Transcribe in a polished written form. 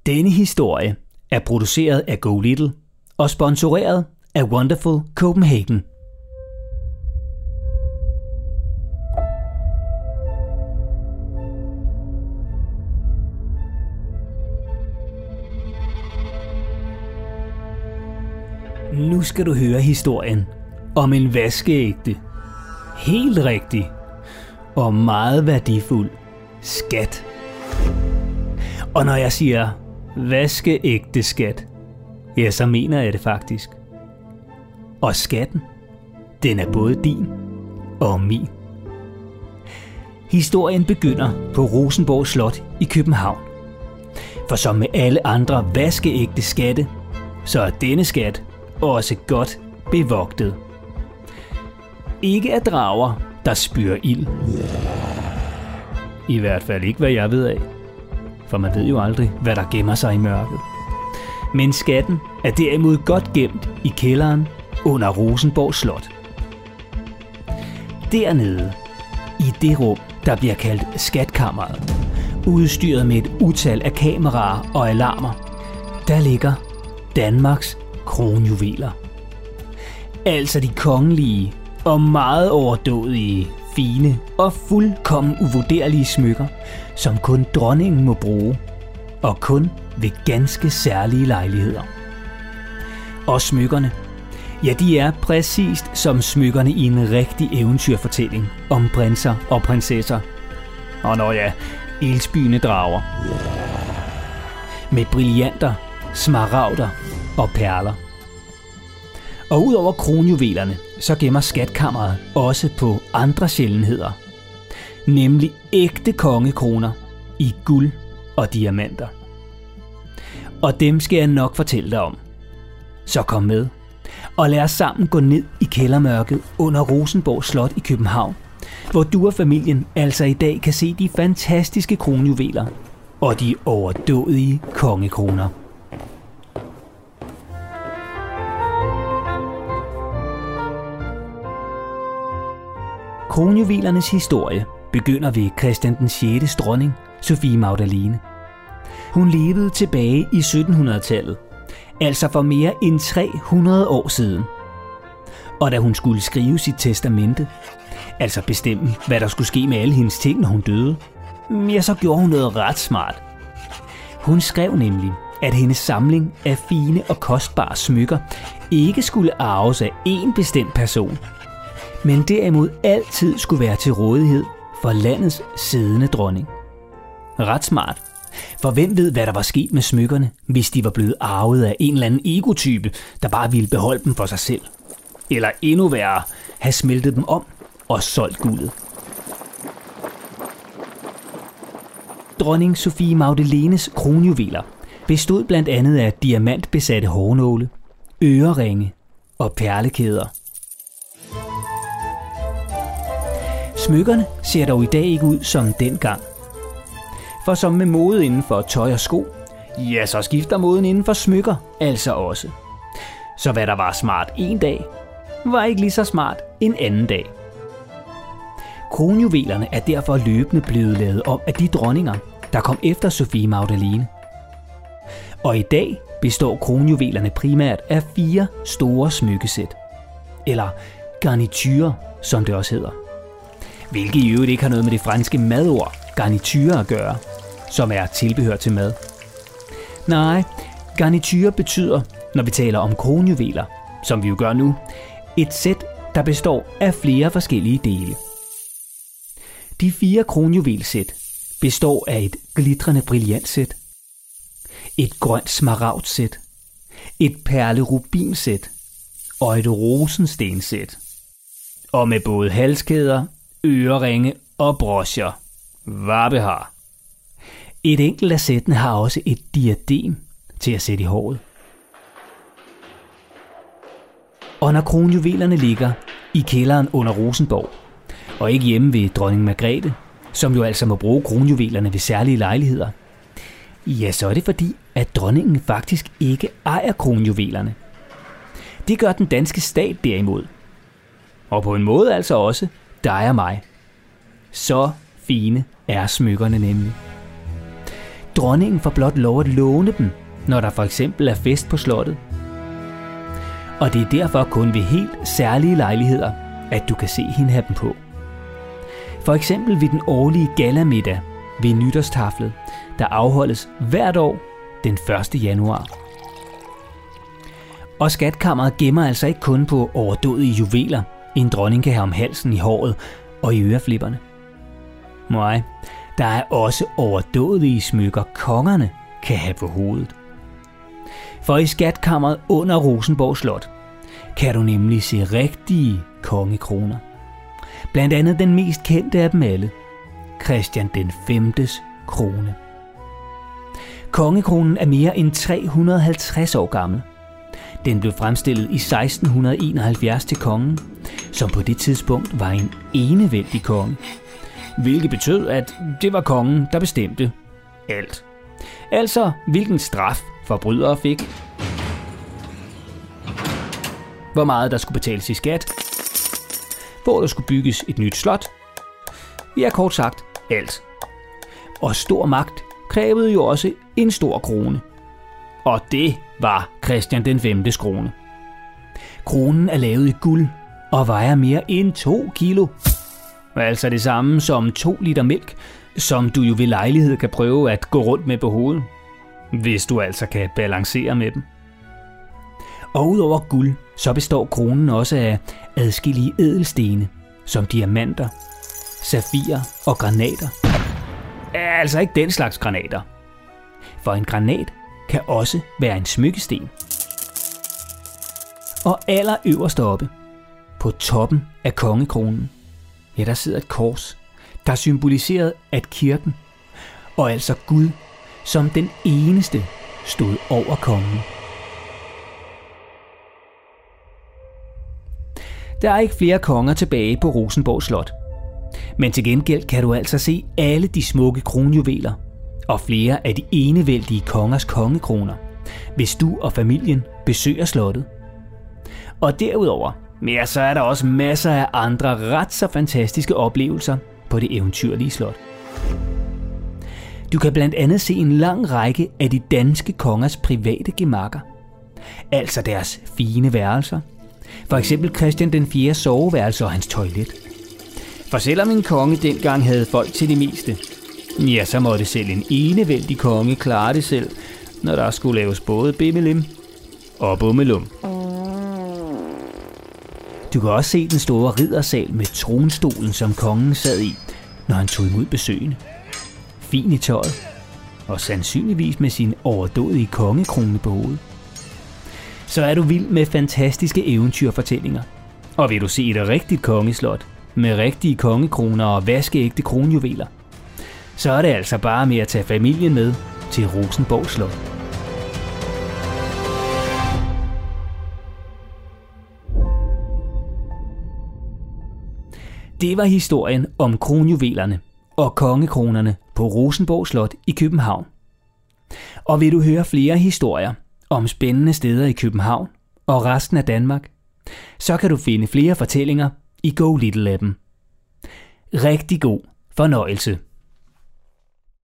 Denne historie er produceret af Go Little og sponsoreret af Wonderful Copenhagen. Nu skal du høre historien om en vaskeægte, helt rigtig og meget værdifuld skat. Og når jeg siger vaskeægte skat, ja, så mener jeg det faktisk. Og skatten, den er både din og min. Historien begynder på Rosenborg Slot i København. For som med alle andre vaskeægte skatte, så er denne skat også godt bevogtet. Ikke af drager, der spyr ild. I hvert fald ikke, hvad jeg ved af. For man ved jo aldrig, hvad der gemmer sig i mørket. Men skatten er derimod godt gemt i kælderen under Rosenborg Slot. Dernede, i det rum, der bliver kaldt skatkammeret, udstyret med et utal af kameraer og alarmer, der ligger Danmarks kronjuveler. Altså de kongelige og meget overdådige, fine og fuldkommen uvurderlige smykker, som kun dronningen må bruge, og kun ved ganske særlige lejligheder. Og smykkerne, ja, de er præcist som smykkerne i en rigtig eventyrfortælling om prinser og prinsesser. Og når ja, ildsbyende drager. Med brillanter, smaragder og perler. Og udover kronjuvelerne, så gemmer skatkammeret også på andre sjældenheder. Nemlig ægte kongekroner i guld og diamanter. Og dem skal jeg nok fortælle dig om. Så kom med, og lad os sammen gå ned i kældermørket under Rosenborg Slot i København, hvor du og familien altså i dag kan se de fantastiske kronjuveler og de overdådige kongekroner. Kronjuvelernes historie begynder ved Christian den 6. dronning, Sophie Magdalene. Hun levede tilbage i 1700-tallet, altså for mere end 300 år siden. Og da hun skulle skrive sit testamente, altså bestemme, hvad der skulle ske med alle hendes ting, når hun døde, ja, så gjorde hun noget ret smart. Hun skrev nemlig, at hendes samling af fine og kostbare smykker ikke skulle arves af én bestemt person, men derimod altid skulle være til rådighed for landets siddende dronning. Ret smart, for hvem ved, hvad der var sket med smykkerne, hvis de var blevet arvet af en eller anden egotype, der bare ville beholde dem for sig selv. Eller endnu værre, have smeltet dem om og solgt guldet. Dronning Sophie Magdalenes kronjuveler bestod blandt andet af diamantbesatte hårnåle, øreringe og perlekæder. Smykkerne ser dog i dag ikke ud som dengang. For som med mode inden for tøj og sko, ja, så skifter moden inden for smykker altså også. Så hvad der var smart en dag, var ikke lige så smart en anden dag. Kronjuvelerne er derfor løbende blevet lavet om af de dronninger, der kom efter Sophie Magdalene. Og i dag består kronjuvelerne primært af 4 store smykkesæt. Eller garniturer, som det også hedder. Hvilket i øvrigt ikke har noget med det franske madord garniture at gøre, som er tilbehør til mad. Nej, garniture betyder, når vi taler om kronjuveler, som vi jo gør nu, et sæt, der består af flere forskellige dele. De 4 kronjuvelsæt består af et glitrende brillantsæt, et grønt smaragdsæt, et perlerubinsæt og et rosenstensæt. Og med både halskæder, øreringe og brocher. Varbehar. Et enkelt af sættene har også et diadem til at sætte i håret. Og når kronjuvelerne ligger i kælderen under Rosenborg, og ikke hjemme ved dronning Margrethe, som jo altså må bruge kronjuvelerne ved særlige lejligheder, ja, så er det fordi, at dronningen faktisk ikke ejer kronjuvelerne. Det gør den danske stat derimod. Og på en måde altså også dig og mig. Så fine er smykkerne nemlig. dronningen får blot lov at låne dem, når der for eksempel er fest på slottet. Og det er derfor kun ved helt særlige lejligheder, at du kan se hende have dem på. For eksempel ved den årlige gallamiddag ved nytårstaflet, der afholdes hvert år den 1. januar. Og skatkammeret gemmer altså ikke kun på overdådige juveler, en dronning kan have om halsen, i håret og i øreflipperne. Nej, der er også overdådige smykker, kongerne kan have på hovedet. For i skatkammeret under Rosenborg Slot kan du nemlig se rigtige kongekroner. Blandt andet den mest kendte af dem alle, Christian den 5's krone. Kongekronen er mere end 350 år gammel. Den blev fremstillet i 1671 til kongen, som på det tidspunkt var en enevældig konge. Hvilket betød, at det var kongen, der bestemte alt. Altså, hvilken straf forbrydere fik, hvor meget der skulle betales i skat, hvor der skulle bygges et nyt slot. Vi har kort sagt alt. Og stor magt krævede jo også en stor krone. Og det var Christian den 5's krone. Kronen er lavet i guld og vejer mere end 2 kilo. Altså det samme som 2 liter mælk, som du jo ved lejlighed kan prøve at gå rundt med på hovedet, hvis du altså kan balancere med dem. Og udover guld, så består kronen også af adskillige ædelstene, som diamanter, safirer og granater. Altså ikke den slags granater. For en granat kan også være en smykkesten. Og allerøverst oppe, på toppen af kongekronen, ja, der sidder et kors, der symboliserede, at kirken, og altså Gud, som den eneste, stod over kongen. Der er ikke flere konger tilbage på Rosenborg Slot. Men til gengæld kan du altså se alle de smukke kronjuveler og flere af de enevældige kongers kongekroner, hvis du og familien besøger slottet. Og derudover, ja, så er der også masser af andre ret så fantastiske oplevelser på det eventyrlige slot. Du kan blandt andet se en lang række af de danske kongers private gemakker, altså deres fine værelser. For eksempel Christian den 4's soveværelse og hans toilet. For selvom en konge dengang havde folk til det meste, ja, så måtte selv en enevældig konge klare det selv, når der skulle laves både bimmelim og bummelum. Du kan også se den store riddersal med tronstolen, som kongen sad i, når han tog imod besøgende. Fin i tøjet, og sandsynligvis med sin overdådige kongekrone på hovedet. Så er du vild med fantastiske eventyrfortællinger. Og vil du se et rigtigt kongeslot med rigtige kongekroner og vaskeægte kronjuveler, så er det altså bare med at tage familien med til Rosenborg Slot. Det var historien om kronjuvelerne og kongekronerne på Rosenborg Slot i København. Og vil du høre flere historier om spændende steder i København og resten af Danmark, så kan du finde flere fortællinger i Go Little appen. Rigtig god fornøjelse.